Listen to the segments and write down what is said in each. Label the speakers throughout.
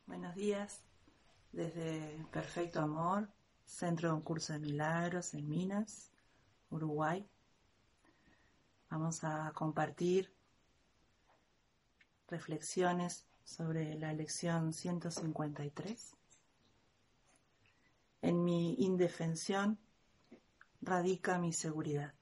Speaker 1: Buenos días, desde Perfecto Amor, Centro de un Curso de Milagros en Minas, Uruguay. Vamos a compartir reflexiones sobre la lección 153. En mi indefensión radica mi seguridad.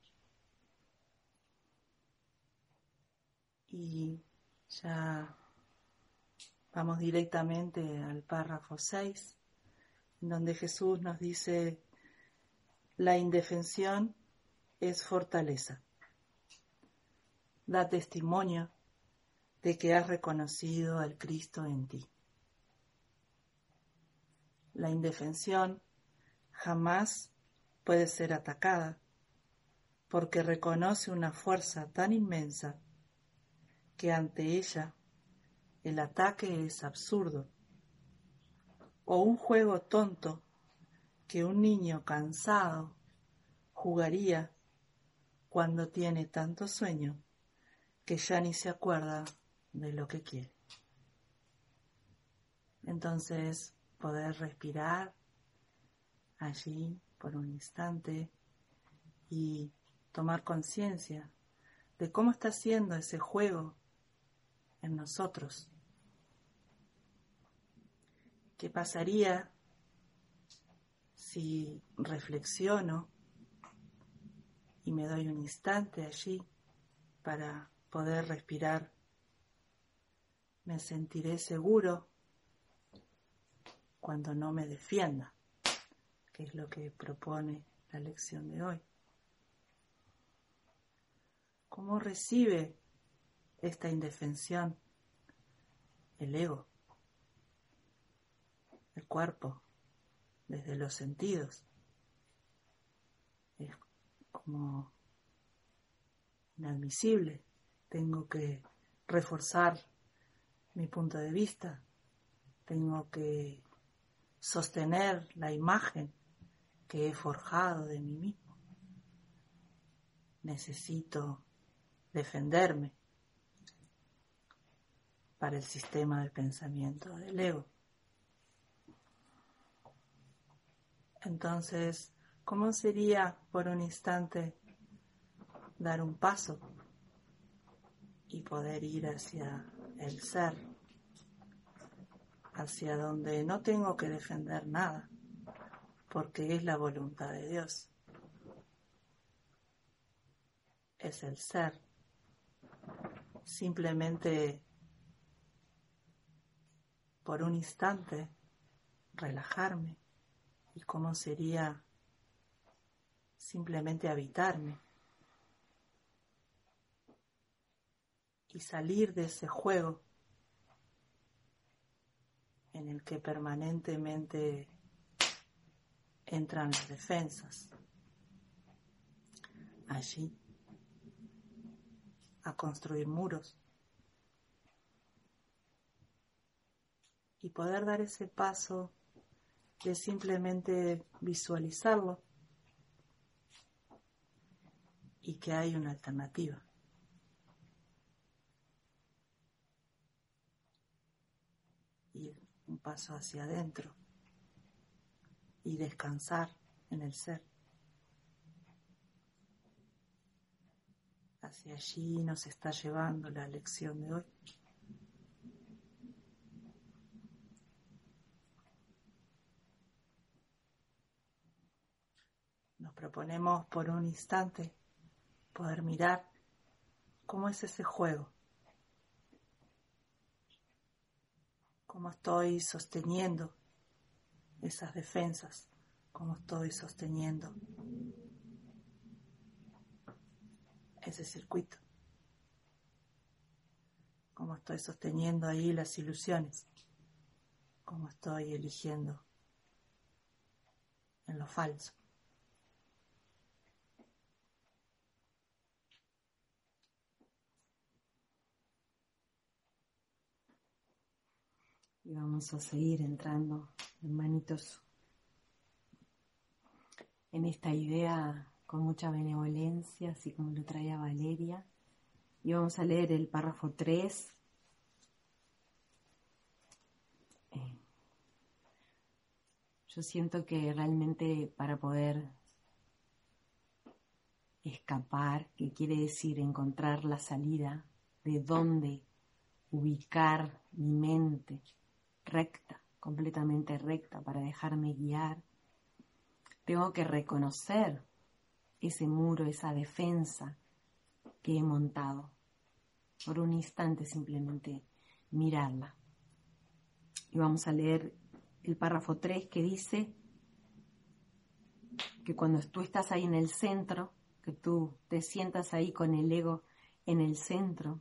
Speaker 1: Y ya vamos directamente al párrafo 6, en donde Jesús nos dice: la indefensión es fortaleza. Da testimonio de que has reconocido al Cristo en ti. La indefensión jamás puede ser atacada porque reconoce una fuerza tan inmensa que ante ella el ataque es absurdo, o un juego tonto que un niño cansado jugaría cuando tiene tanto sueño que ya ni se acuerda de lo que quiere. Entonces, poder respirar allí por un instante y tomar conciencia de cómo está siendo ese juego en nosotros. ¿Qué pasaría si reflexiono y me doy un instante allí para poder respirar? Me sentiré seguro cuando no me defienda, que es lo que propone la lección de hoy. ¿Cómo recibe esta indefensión el ego, el cuerpo, desde los sentidos? Es como inadmisible. Tengo que reforzar mi punto de vista. Tengo que sostener la imagen que he forjado de mí mismo. Necesito defenderme para el sistema de pensamiento del ego. Entonces, ¿cómo sería por un instante dar un paso y poder ir hacia el ser, hacia donde no tengo que defender nada, porque es la voluntad de Dios? Es el ser. Simplemente por un instante relajarme. ¿Y cómo sería simplemente habitarme y salir de ese juego en el que permanentemente entran las defensas allí a construir muros, y poder dar ese paso de simplemente visualizarlo y que hay una alternativa? Ir un paso hacia adentro y descansar en el ser. Hacia allí nos está llevando la lección de hoy. Nos proponemos por un instante poder mirar cómo es ese juego, cómo estoy sosteniendo esas defensas, cómo estoy sosteniendo ese circuito, cómo estoy sosteniendo ahí las ilusiones, cómo estoy eligiendo en lo falso. Y vamos a seguir entrando, hermanitos, en esta idea con mucha benevolencia, así como lo traía Valeria. Y vamos a leer el párrafo 3.
Speaker 2: Yo siento que realmente para poder escapar, que quiere decir encontrar la salida, de dónde ubicar mi mente recta, completamente recta, para dejarme guiar, tengo que reconocer ese muro, esa defensa que he montado. Por un instante simplemente mirarla. Y vamos a leer el párrafo 3 que dice que cuando tú estás ahí en el centro, que tú te sientas ahí con el ego en el centro,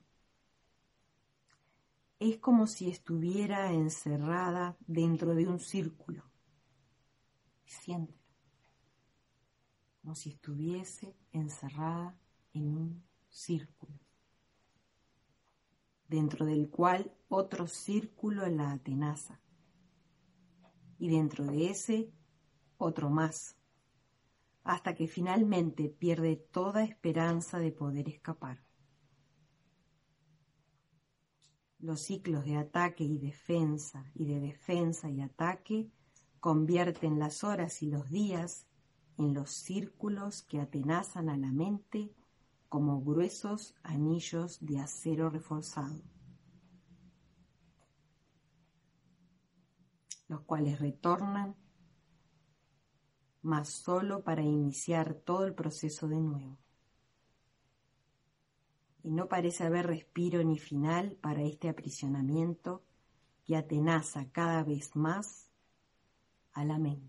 Speaker 2: es como si estuviera encerrada dentro de un círculo. Siéntelo. Como si estuviese encerrada en un círculo, dentro del cual otro círculo la atenaza, y dentro de ese otro más, hasta que finalmente pierde toda esperanza de poder escapar. Los ciclos de ataque y defensa, y de defensa y ataque, convierten las horas y los días en los círculos que atenazan a la mente como gruesos anillos de acero reforzado, los cuales retornan, mas solo para iniciar todo el proceso de nuevo. Y no parece haber respiro ni final para este aprisionamiento que atenaza cada vez más a la mente.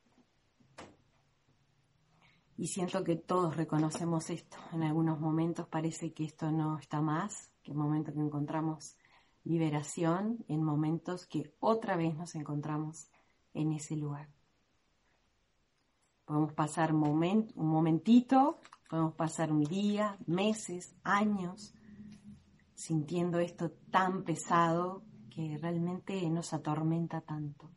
Speaker 2: Y siento que todos reconocemos esto. En algunos momentos parece que esto no está más, que en momentos que encontramos liberación, en momentos que otra vez nos encontramos en ese lugar. Podemos pasar un momentito, podemos pasar un día, meses, años, sintiendo esto tan pesado que realmente nos atormenta tanto.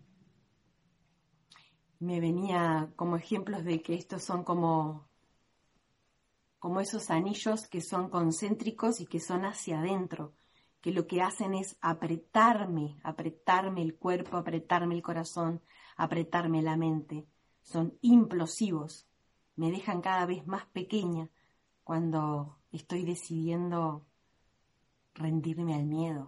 Speaker 2: Me venía como ejemplos de que estos son como esos anillos que son concéntricos y que son hacia adentro, que lo que hacen es apretarme el cuerpo, apretarme el corazón, apretarme la mente. Son implosivos, me dejan cada vez más pequeña cuando estoy decidiendo rendirme al miedo.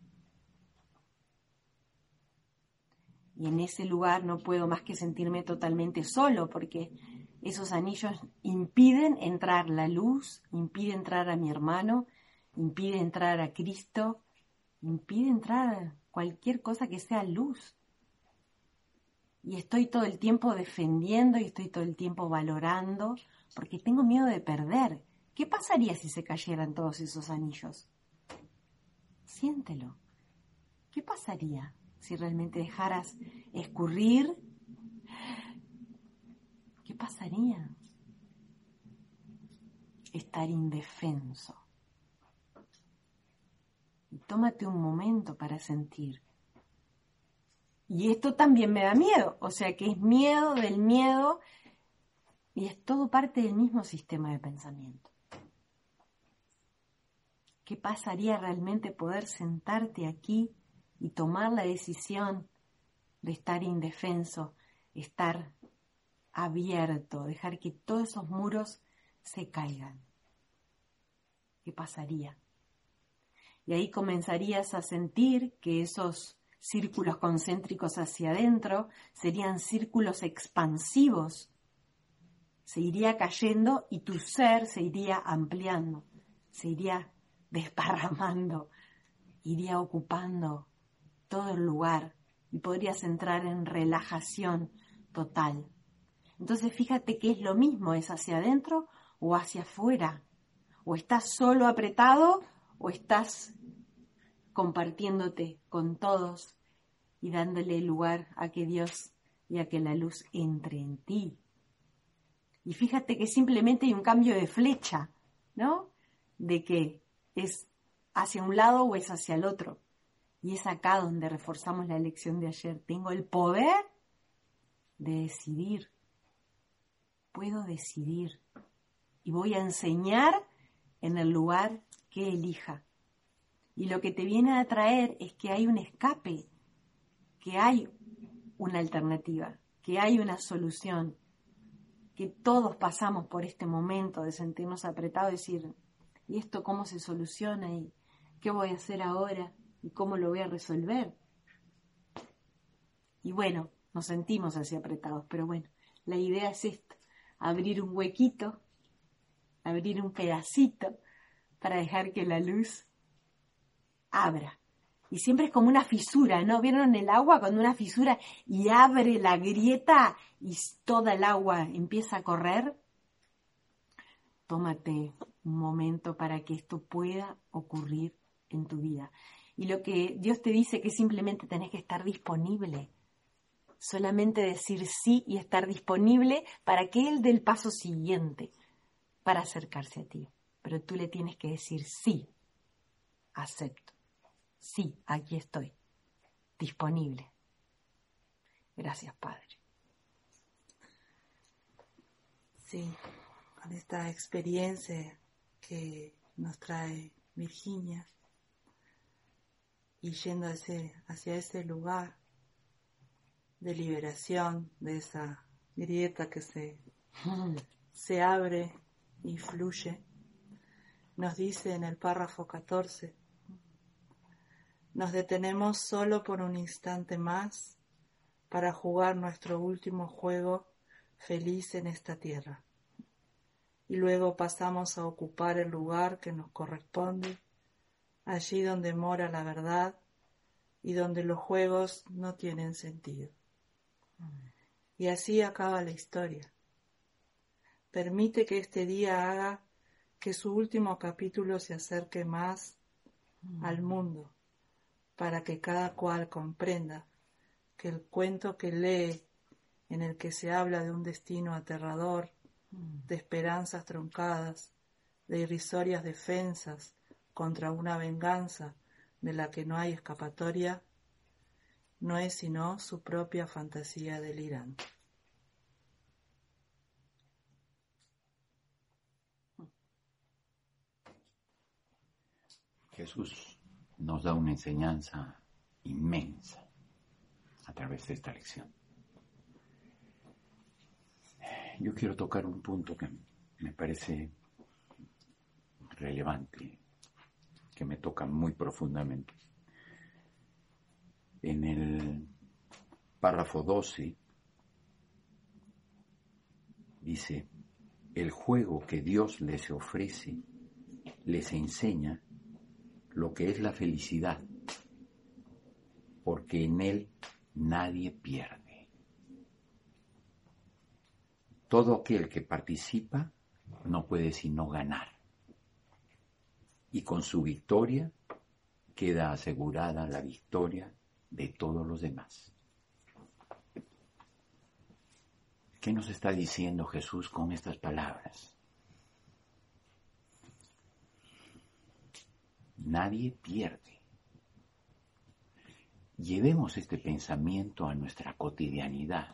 Speaker 2: Y en ese lugar no puedo más que sentirme totalmente solo, porque esos anillos impiden entrar la luz, impide entrar a mi hermano, impide entrar a Cristo, impide entrar a cualquier cosa que sea luz. Y estoy todo el tiempo defendiendo y estoy todo el tiempo valorando, porque tengo miedo de perder. ¿Qué pasaría si se cayeran todos esos anillos? Siéntelo. ¿Qué pasaría si realmente dejaras escurrir? ¿Qué pasaría? Estar indefenso. Y tómate un momento para sentir. Y esto también me da miedo, o sea que es miedo del miedo y es todo parte del mismo sistema de pensamiento. ¿Qué pasaría realmente poder sentarte aquí y tomar la decisión de estar indefenso, estar abierto, dejar que todos esos muros se caigan? ¿Qué pasaría? Y ahí comenzarías a sentir que esos círculos concéntricos hacia adentro serían círculos expansivos. Se iría cayendo y tu ser se iría ampliando, se iría desparramando, iría ocupando todo el lugar y podrías entrar en relajación total. Entonces fíjate que es lo mismo, es hacia adentro o hacia afuera. O estás solo apretado o estás compartiéndote con todos y dándole lugar a que Dios y a que la luz entre en ti. Y fíjate que simplemente hay un cambio de flecha, ¿no? De que es hacia un lado o es hacia el otro. Y es acá donde reforzamos la lección de ayer. Tengo el poder de decidir. Puedo decidir. Y voy a enseñar en el lugar que elija. Y lo que te viene a traer es que hay un escape, que hay una alternativa, que hay una solución, que todos pasamos por este momento de sentirnos apretados y decir, ¿y esto cómo se soluciona? ¿Y qué voy a hacer ahora? ¿Y cómo lo voy a resolver? Y bueno, nos sentimos así apretados, pero bueno, la idea es esta, abrir un huequito, abrir un pedacito para dejar que la luz abra. Y siempre es como una fisura, ¿no? ¿Vieron el agua cuando una fisura y abre la grieta y toda el agua empieza a correr? Tómate un momento para que esto pueda ocurrir en tu vida. Y lo que Dios te dice que simplemente tenés que estar disponible. Solamente decir sí y estar disponible para que Él dé el paso siguiente para acercarse a ti. Pero tú le tienes que decir sí, acepto. Sí, aquí estoy, disponible. Gracias, Padre.
Speaker 1: Sí, con esta experiencia que nos trae Virginia y yendo hacia ese lugar de liberación, de esa grieta que se abre y fluye, nos dice en el párrafo 14, nos detenemos solo por un instante más para jugar nuestro último juego feliz en esta tierra. Y luego pasamos a ocupar el lugar que nos corresponde, allí donde mora la verdad y donde los juegos no tienen sentido. Y así acaba la historia. Permite que este día haga que su último capítulo se acerque más al mundo, para que cada cual comprenda que el cuento que lee, en el que se habla de un destino aterrador, de esperanzas truncadas, de irrisorias defensas contra una venganza de la que no hay escapatoria, no es sino su propia fantasía delirante.
Speaker 3: Jesús nos da una enseñanza inmensa a través de esta lección. Yo quiero tocar un punto que me parece relevante, que me toca muy profundamente. En el párrafo 12 dice, el juego que Dios les ofrece les enseña lo que es la felicidad, porque en él nadie pierde. Todo aquel que participa no puede sino ganar, y con su victoria queda asegurada la victoria de todos los demás. ¿Qué nos está diciendo Jesús con estas palabras? Nadie pierde. Llevemos este pensamiento a nuestra cotidianidad,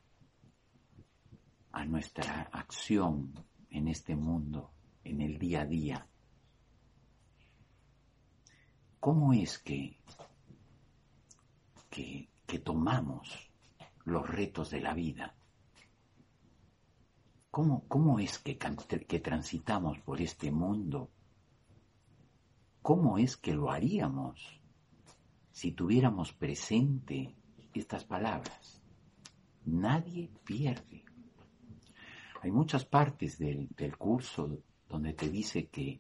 Speaker 3: a nuestra acción en este mundo, en el día a día. ¿Cómo es que tomamos los retos de la vida? ¿Cómo es que transitamos por este mundo? ¿Cómo es que lo haríamos si tuviéramos presente estas palabras? Nadie pierde. Hay muchas partes del curso donde te dice que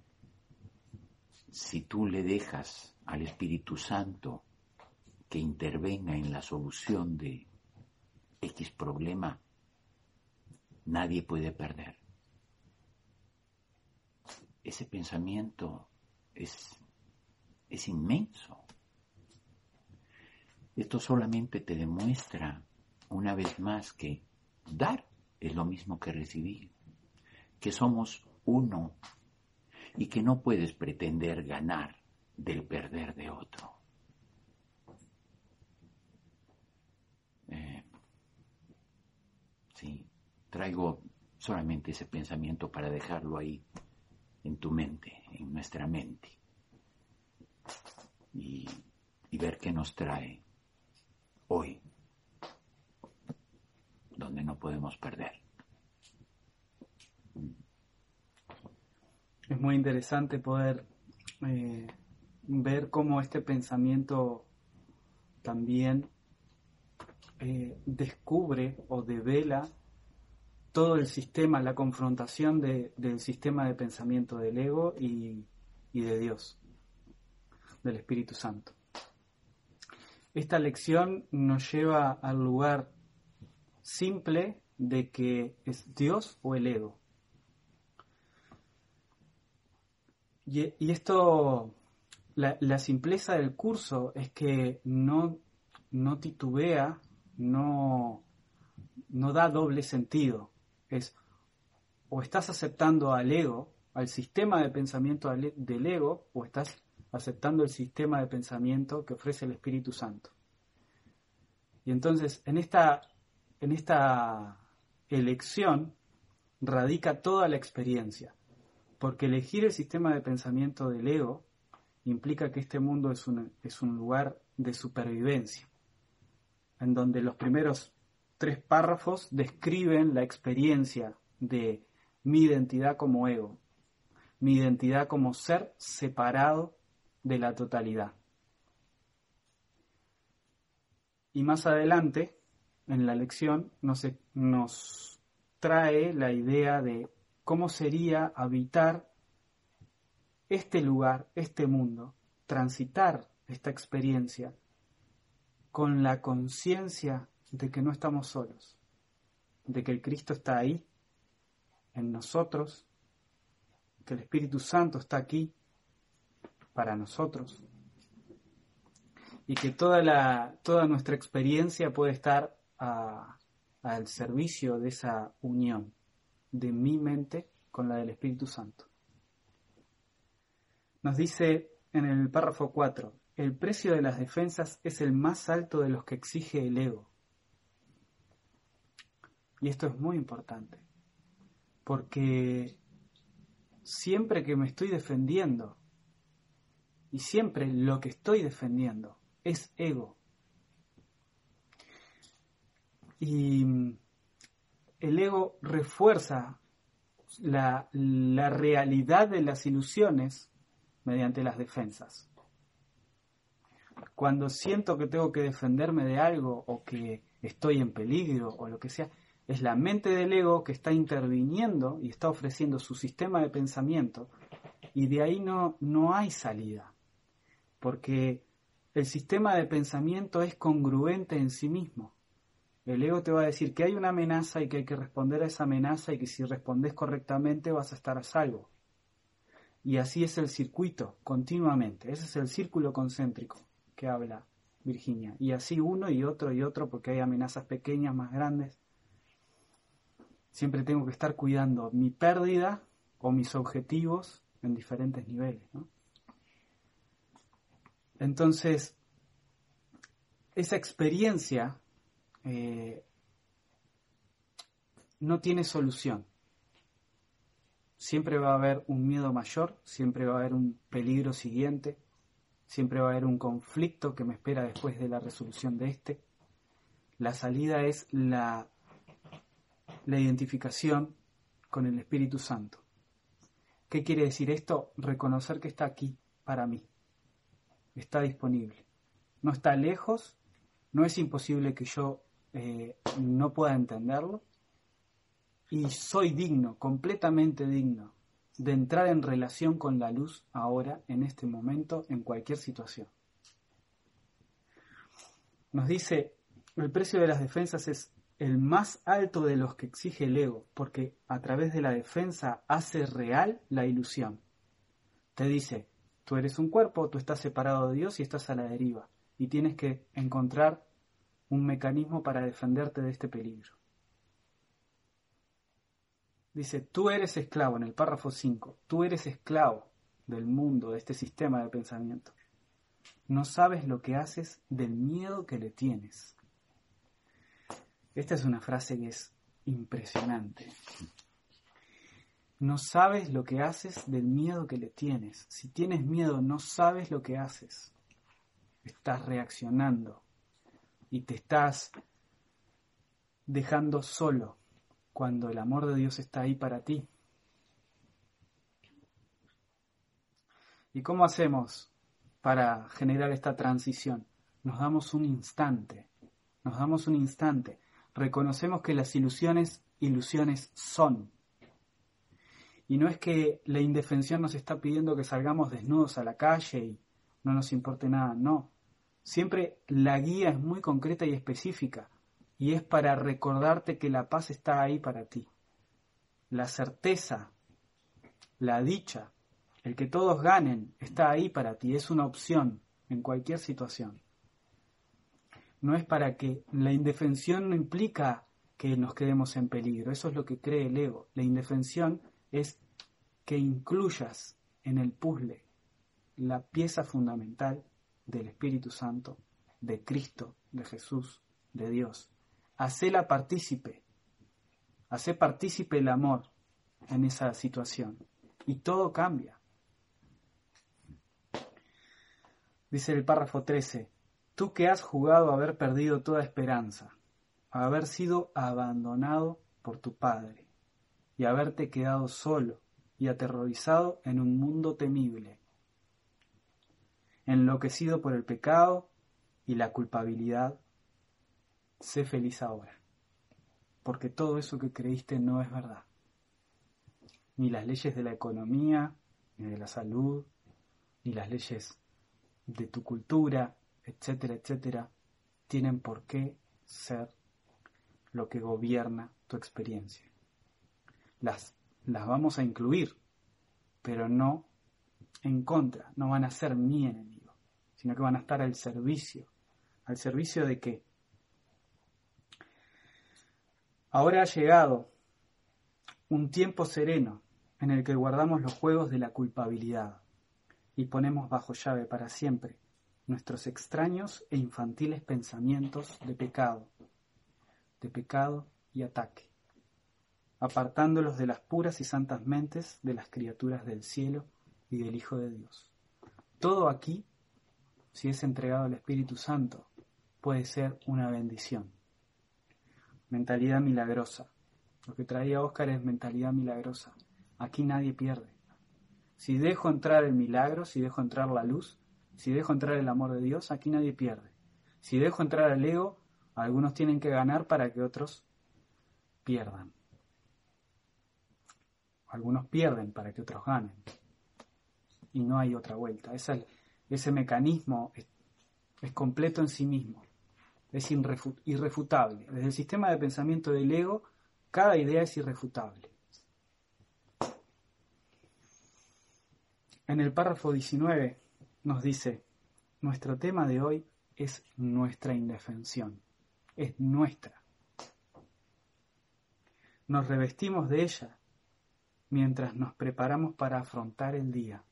Speaker 3: si tú le dejas al Espíritu Santo que intervenga en la solución de X problema, nadie puede perder. Ese pensamiento es inmenso. Esto solamente te demuestra una vez más que dar es lo mismo que recibir, que somos uno y que no puedes pretender ganar del perder de otro. Sí, traigo solamente ese pensamiento para dejarlo ahí en tu mente, en nuestra mente, y ver qué nos trae hoy donde no podemos perder.
Speaker 4: Es muy interesante poder ver cómo este pensamiento también descubre o devela todo el sistema, la confrontación del sistema de pensamiento del ego y de Dios, del Espíritu Santo. Esta lección nos lleva al lugar simple de que es Dios o el ego. Y esto, la simpleza del curso es que no titubea, no da doble sentido. Es o estás aceptando al ego, al sistema de pensamiento del ego, o estás aceptando el sistema de pensamiento que ofrece el Espíritu Santo. Y entonces en esta elección radica toda la experiencia, porque elegir el sistema de pensamiento del ego implica que este mundo es un lugar de supervivencia, en donde los primeros 3 párrafos describen la experiencia de mi identidad como ego, mi identidad como ser separado de la totalidad. Y más adelante, en la lección, nos trae la idea de cómo sería habitar este lugar, este mundo, transitar esta experiencia con la conciencia de que no estamos solos, de que el Cristo está ahí, en nosotros, que el Espíritu Santo está aquí para nosotros, y que toda nuestra experiencia puede estar al servicio de esa unión de mi mente con la del Espíritu Santo. Nos dice en el párrafo 4, el precio de las defensas es el más alto de los que exige el ego. Y esto es muy importante, porque siempre que me estoy defendiendo, y siempre lo que estoy defendiendo es ego. Y el ego refuerza la realidad de las ilusiones mediante las defensas. Cuando siento que tengo que defenderme de algo o que estoy en peligro o lo que sea, es la mente del ego que está interviniendo y está ofreciendo su sistema de pensamiento, y de ahí no hay salida, porque el sistema de pensamiento es congruente en sí mismo. El ego te va a decir que hay una amenaza y que hay que responder a esa amenaza y que si respondes correctamente vas a estar a salvo. Y así es el circuito, continuamente. Ese es el círculo concéntrico que habla Virginia. Y así uno y otro, porque hay amenazas pequeñas, más grandes. Siempre tengo que estar cuidando mi pérdida o mis objetivos en diferentes niveles, ¿no? Entonces, esa experiencia no tiene solución. Siempre va a haber un miedo mayor, siempre va a haber un peligro siguiente, siempre va a haber un conflicto que me espera después de la resolución de este. La salida es la identificación con el Espíritu Santo. ¿Qué quiere decir esto? Reconocer que está aquí para mí. Está disponible. No está lejos, no es imposible que yo no pueda entenderlo, y soy digno, completamente digno, de entrar en relación con la luz ahora, en este momento, en cualquier situación. Nos dice, el precio de las defensas es el más alto de los que exige el ego, porque a través de la defensa hace real la ilusión. Te dice, tú eres un cuerpo, tú estás separado de Dios y estás a la deriva, y tienes que encontrar un mecanismo para defenderte de este peligro. Dice, tú eres esclavo, en el párrafo 5, tú eres esclavo del mundo, de este sistema de pensamiento. No sabes lo que haces del miedo que le tienes. Esta es una frase que es impresionante. No sabes lo que haces del miedo que le tienes. Si tienes miedo, no sabes lo que haces. Estás reaccionando y te estás dejando solo cuando el amor de Dios está ahí para ti? ¿Y cómo hacemos para generar esta transición? Nos damos un instante, reconocemos que las ilusiones son. Y no es que la indefensión nos está pidiendo que salgamos desnudos a la calle y no nos importe nada, no. Siempre la guía es muy concreta y específica y es para recordarte que la paz está ahí para ti. La certeza, la dicha, el que todos ganen está ahí para ti, es una opción en cualquier situación. No es para que la indefensión no implica que nos quedemos en peligro, eso es lo que cree el ego. La indefensión es que incluyas en el puzzle la pieza fundamental del Espíritu Santo, de Cristo, de Jesús, de Dios. Hacé partícipe el amor en esa situación y todo cambia. Dice el párrafo 13, tú que has jugado a haber perdido toda esperanza, a haber sido abandonado por tu padre y haberte quedado solo y aterrorizado en un mundo temible, enloquecido por el pecado y la culpabilidad, sé feliz ahora, porque todo eso que creíste no es verdad. Ni las leyes de la economía, ni de la salud, ni las leyes de tu cultura, etcétera, etcétera, tienen por qué ser lo que gobierna tu experiencia. Las vamos a incluir, pero no en contra, no van a ser mi enemigo, sino que van a estar al servicio de qué. Ahora ha llegado un tiempo sereno en el que guardamos los juegos de la culpabilidad y ponemos bajo llave para siempre nuestros extraños e infantiles pensamientos de pecado y ataque, apartándolos de las puras y santas mentes de las criaturas del cielo y del Hijo de Dios. Todo aquí, si es entregado al Espíritu Santo, puede ser una bendición. Mentalidad milagrosa. Lo que traía Óscar es mentalidad milagrosa. Aquí nadie pierde. Si dejo entrar el milagro, si dejo entrar la luz, si dejo entrar el amor de Dios, aquí nadie pierde. Si dejo entrar el ego, algunos tienen que ganar para que otros pierdan. Algunos pierden para que otros ganen. Y no hay otra vuelta. Ese mecanismo es completo en sí mismo. Es irrefutable. Desde el sistema de pensamiento del ego, cada idea es irrefutable. En el párrafo 19 nos dice, nuestro tema de hoy es nuestra indefensión. Es nuestra. Nos revestimos de ella mientras nos preparamos para afrontar el día.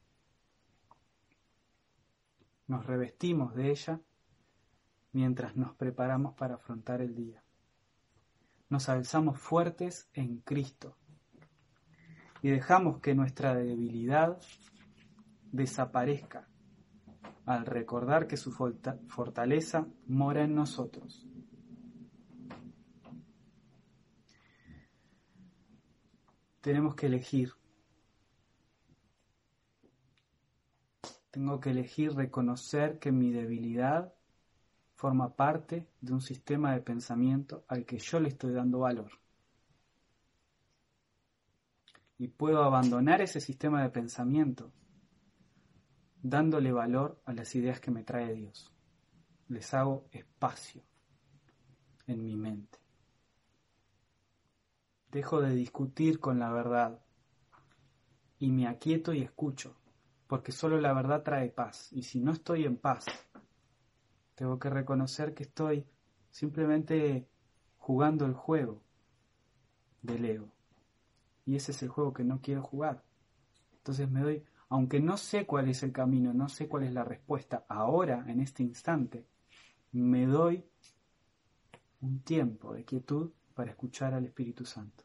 Speaker 4: Nos revestimos de ella mientras nos preparamos para afrontar el día. Nos alzamos fuertes en Cristo y dejamos que nuestra debilidad desaparezca al recordar que su fortaleza mora en nosotros. Tenemos que elegir. Tengo que elegir reconocer que mi debilidad forma parte de un sistema de pensamiento al que yo le estoy dando valor. Y puedo abandonar ese sistema de pensamiento dándole valor a las ideas que me trae Dios. Les hago espacio en mi mente. Dejo de discutir con la verdad y me aquieto y escucho, porque solo la verdad trae paz. Y si no estoy en paz, tengo que reconocer que estoy simplemente jugando el juego del ego. Y ese es el juego que no quiero jugar. Entonces aunque no sé cuál es el camino, no sé cuál es la respuesta, ahora, en este instante, me doy un tiempo de quietud para escuchar al Espíritu Santo.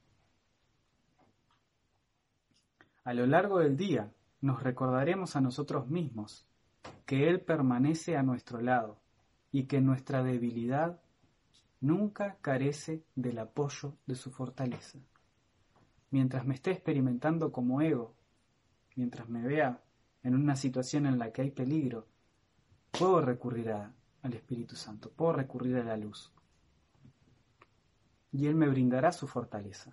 Speaker 4: A lo largo del día nos recordaremos a nosotros mismos que Él permanece a nuestro lado y que nuestra debilidad nunca carece del apoyo de su fortaleza. Mientras me esté experimentando como ego, mientras me vea en una situación en la que hay peligro, puedo recurrir al Espíritu Santo, puedo recurrir a la luz. Y Él me brindará su fortaleza,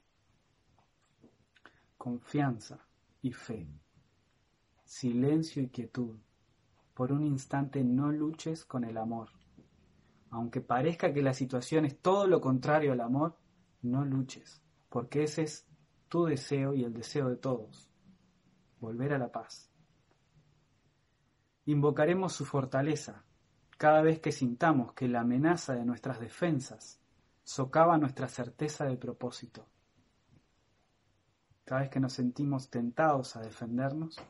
Speaker 4: confianza y fe, silencio y quietud. Por un instante no luches con el amor. Aunque parezca que la situación es todo lo contrario al amor, no luches, porque ese es tu deseo y el deseo de todos, volver a la paz. Invocaremos su fortaleza cada vez que sintamos que la amenaza de nuestras defensas socava nuestra certeza de propósito. Cada vez que nos sentimos tentados a defendernos,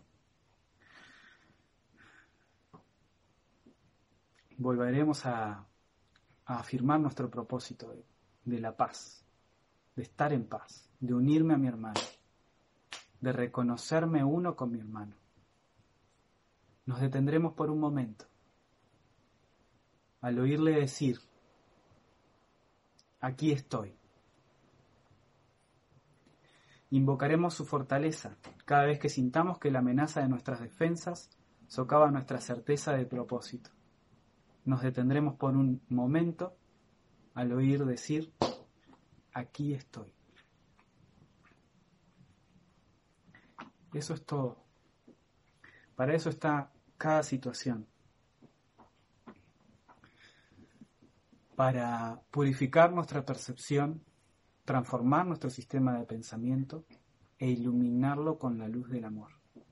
Speaker 4: volveremos a afirmar nuestro propósito de la paz, de estar en paz, de unirme a mi hermano, de reconocerme uno con mi hermano. Nos detendremos por un momento al oírle decir, aquí estoy. Invocaremos su fortaleza cada vez que sintamos que la amenaza de nuestras defensas socava nuestra certeza de propósito. Nos detendremos por un momento al oír decir, aquí estoy. Eso es todo. Para eso está cada situación. Para purificar nuestra percepción, transformar nuestro sistema de pensamiento e iluminarlo con la luz del amor.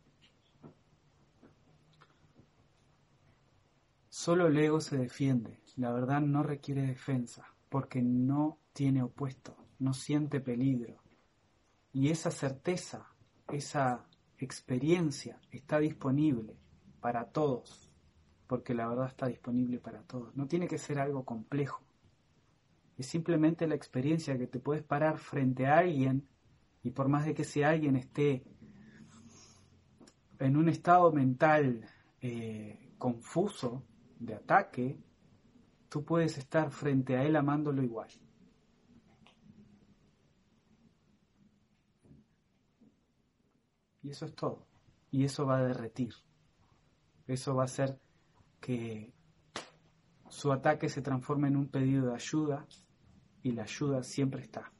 Speaker 4: Solo el ego se defiende. La verdad no requiere defensa, porque no tiene opuesto, no siente peligro. Y esa certeza, esa experiencia está disponible para todos, porque la verdad está disponible para todos. No tiene que ser algo complejo. Es simplemente la experiencia que te puedes parar frente a alguien y por más de que ese alguien esté en un estado mental confuso, de ataque, tú puedes estar frente a él amándolo igual. Y eso es todo. Y eso va a derretir. Eso va a hacer que su ataque se transforme en un pedido de ayuda y la ayuda siempre está.